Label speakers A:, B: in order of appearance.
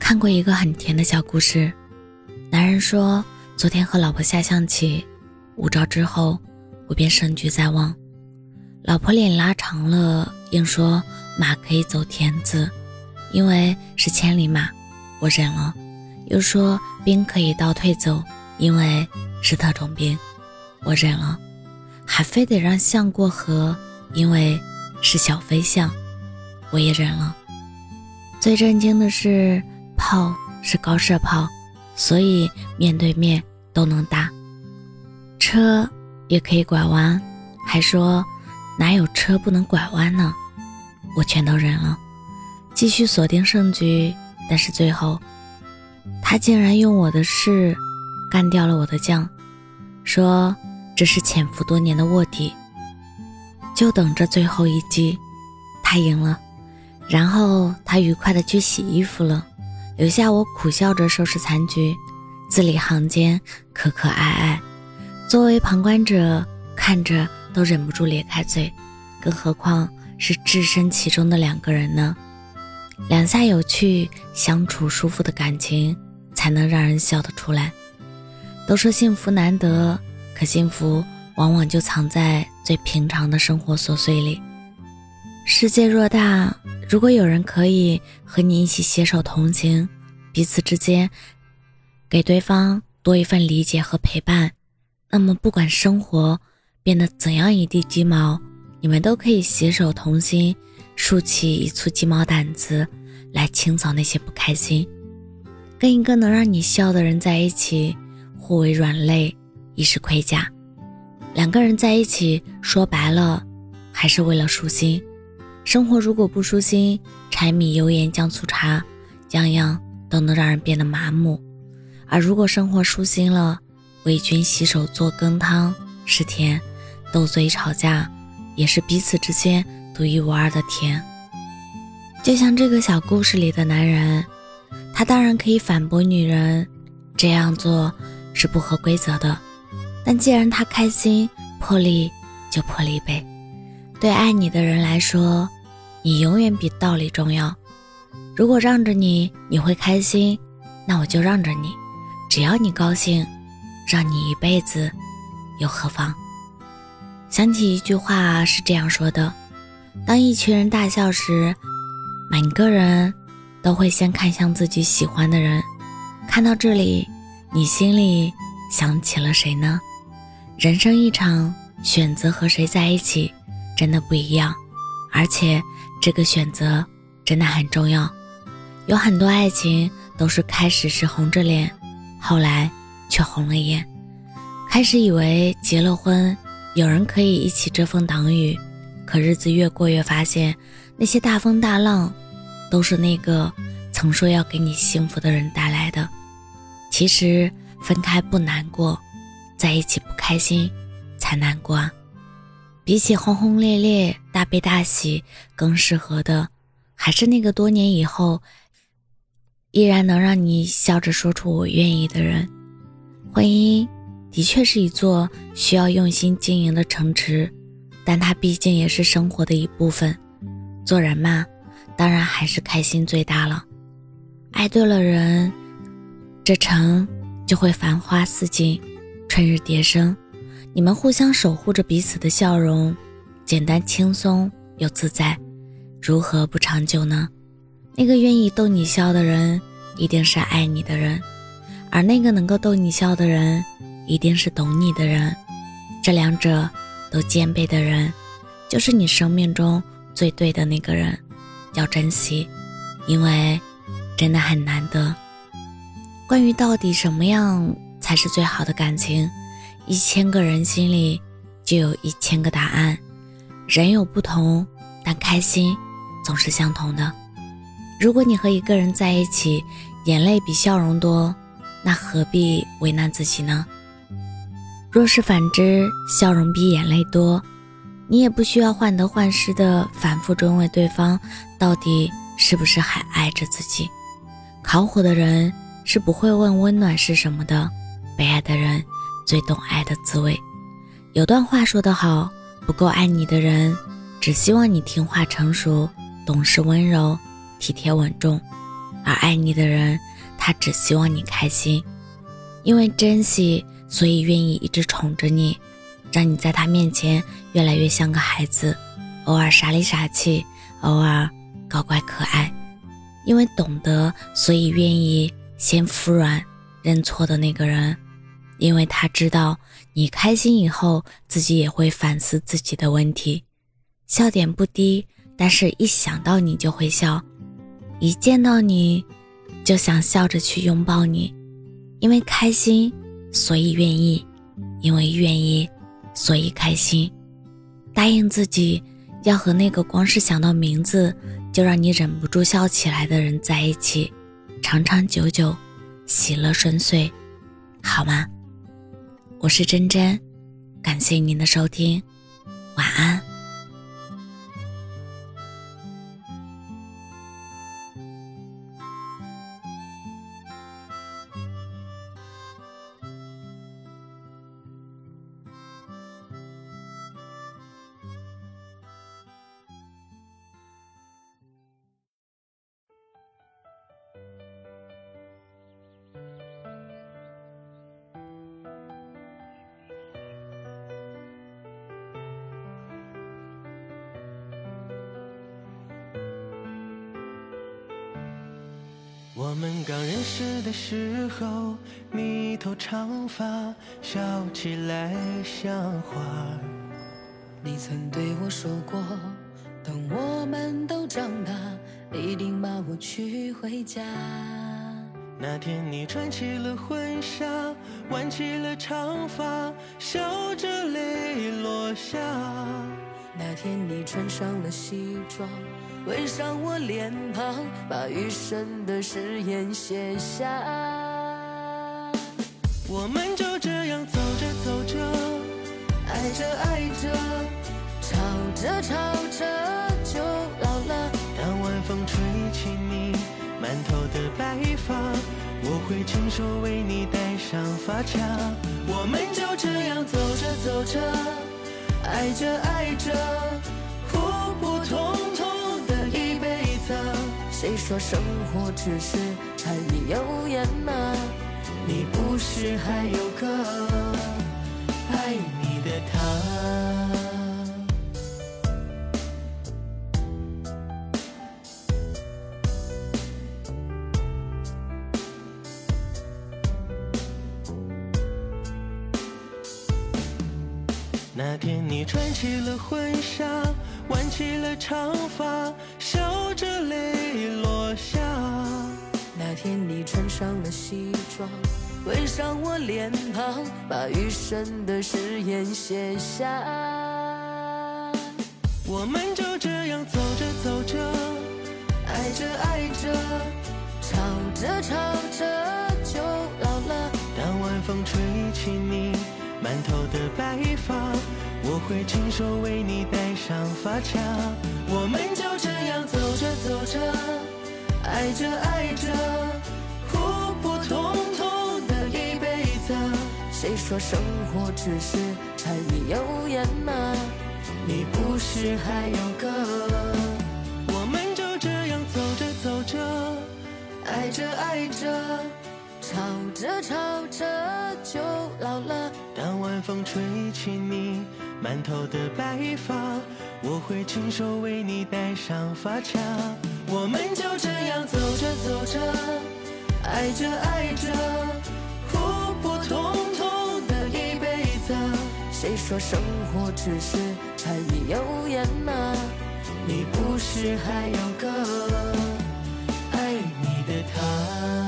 A: 看过一个很甜的小故事，男人说昨天和老婆下象棋，5招之后我便胜局在望。老婆脸拉长了，硬说马可以走田字，因为是千里马，我忍了。又说兵可以倒退走，因为是特种兵，我忍了。还非得让象过河，因为是小飞象，我也忍了。最震惊的是炮是高射炮，所以面对面都能打。车也可以拐弯，还说哪有车不能拐弯呢？我全都忍了，继续锁定胜局。但是最后他竟然用我的士干掉了我的将，说这是潜伏多年的卧底，就等着最后一击。他赢了，然后他愉快地去洗衣服了，留下我苦笑着收拾残局，字里行间可可爱爱。作为旁观者看着都忍不住咧开嘴，更何况是置身其中的2个人呢？两下有趣相处舒服的感情才能让人笑得出来。都说幸福难得，可幸福往往就藏在最平常的生活琐碎里。世界若大，如果有人可以和你一起携手同行，彼此之间给对方多一份理解和陪伴，那么不管生活变得怎样一地鸡毛，你们都可以携手同心，竖起一簇鸡毛掸子来清扫那些不开心。跟一个能让你笑的人在一起，互为软肋亦是盔甲。2个人在一起，说白了还是为了舒心。生活如果不舒心，柴米油盐酱醋茶样样都能让人变得麻木。而如果生活舒心了，为君洗手做羹汤是甜，斗嘴吵架也是彼此之间独一无二的甜。就像这个小故事里的男人，他当然可以反驳女人这样做是不合规则的，但既然他开心，破例就破例呗。对爱你的人来说，你永远比道理重要。如果让着你，你会开心，那我就让着你，只要你高兴，让你一辈子又何妨？想起一句话是这样说的，当一群人大笑时，每个人都会先看向自己喜欢的人。看到这里，你心里想起了谁呢？人生一场，选择和谁在一起真的不一样，而且这个选择真的很重要。有很多爱情都是开始是红着脸，后来却红了眼。开始以为结了婚，有人可以一起遮风挡雨，可日子越过越发现，那些大风大浪都是那个曾说要给你幸福的人带来的。其实分开不难过，在一起不开心才难过啊。比起轰轰烈烈大悲大喜，更适合的还是那个多年以后依然能让你笑着说出我愿意的人。婚姻的确是一座需要用心经营的城池，但它毕竟也是生活的一部分。做人嘛，当然还是开心最大了。爱对了人，这城就会繁花似锦，春日蝶声。你们互相守护着彼此的笑容，简单轻松又自在，如何不长久呢？那个愿意逗你笑的人，一定是爱你的人，而那个能够逗你笑的人，一定是懂你的人。这2者都兼备的人，就是你生命中最对的那个人，要珍惜，因为真的很难得。关于到底什么样才是最好的感情，1000个人心里就有1000个答案。人有不同，但开心总是相同的。如果你和一个人在一起，眼泪比笑容多，那何必为难自己呢？若是反之，笑容比眼泪多，你也不需要患得患失的反复追问对方到底是不是还爱着自己。烤火的人是不会问温暖是什么的，被爱的人最懂爱的滋味。有段话说得好，不够爱你的人，只希望你听话成熟，懂事温柔，体贴稳重。 而爱你的人，他只希望你开心，因为珍惜，所以愿意一直宠着你，让你在他面前越来越像个孩子，偶尔傻里傻气，偶尔搞怪可爱。因为懂得，所以愿意先服软认错的那个人，因为他知道你开心以后，自己也会反思自己的问题。笑点不低，但是一想到你就会笑，一见到你就想笑着去拥抱你。因为开心，所以愿意，因为愿意，所以开心。答应自己要和那个光是想到名字就让你忍不住笑起来的人在一起，长长久久，喜乐顺遂，好吗？我是真真，感谢您的收听，晚安。
B: 我们刚认识的时候，你头长发，笑起来像花儿。
C: 你曾对我说过，等我们都长大，一定把我娶回家。
B: 那天你穿起了婚纱，挽起了长发，笑着泪落下。
C: 那天你穿上了西装，围上我脸庞，把余生的誓言写下。
B: 我们就这样走着走着，
C: 爱着爱着，吵着吵着就老了。
B: 当晚风吹起你满头的白发，我会亲手为你戴上发卡。我们就这样走着走着，爱着爱着，普普通通的一辈子。
C: 谁说生活只是柴米油盐啊？
B: 你不是还有个爱你的他？那天你穿起了婚纱，挽起了长发，笑着泪落下。
C: 那天你穿上了西装，围上我脸庞，把余生的誓言写下。
B: 我们就这样走着走着，
C: 爱着爱着，吵着吵着就老了。
B: 当晚风吹起你满头的白发，我会亲手为你戴上发卡。我们就这样走着走着，爱着爱着，普普通通的一辈子。
C: 谁说生活只是柴米油盐啊？
B: 你不是还有个？我们就这样走着走着，
C: 爱着爱着，吵着吵着就老了。
B: 当晚风吹起你满头的白发，我会亲手为你戴上发卡。我们就这样走着走着，爱着爱着，普普通通的一辈子。
C: 谁说生活只是柴米油盐啊？
B: 你不是还有个爱你的他？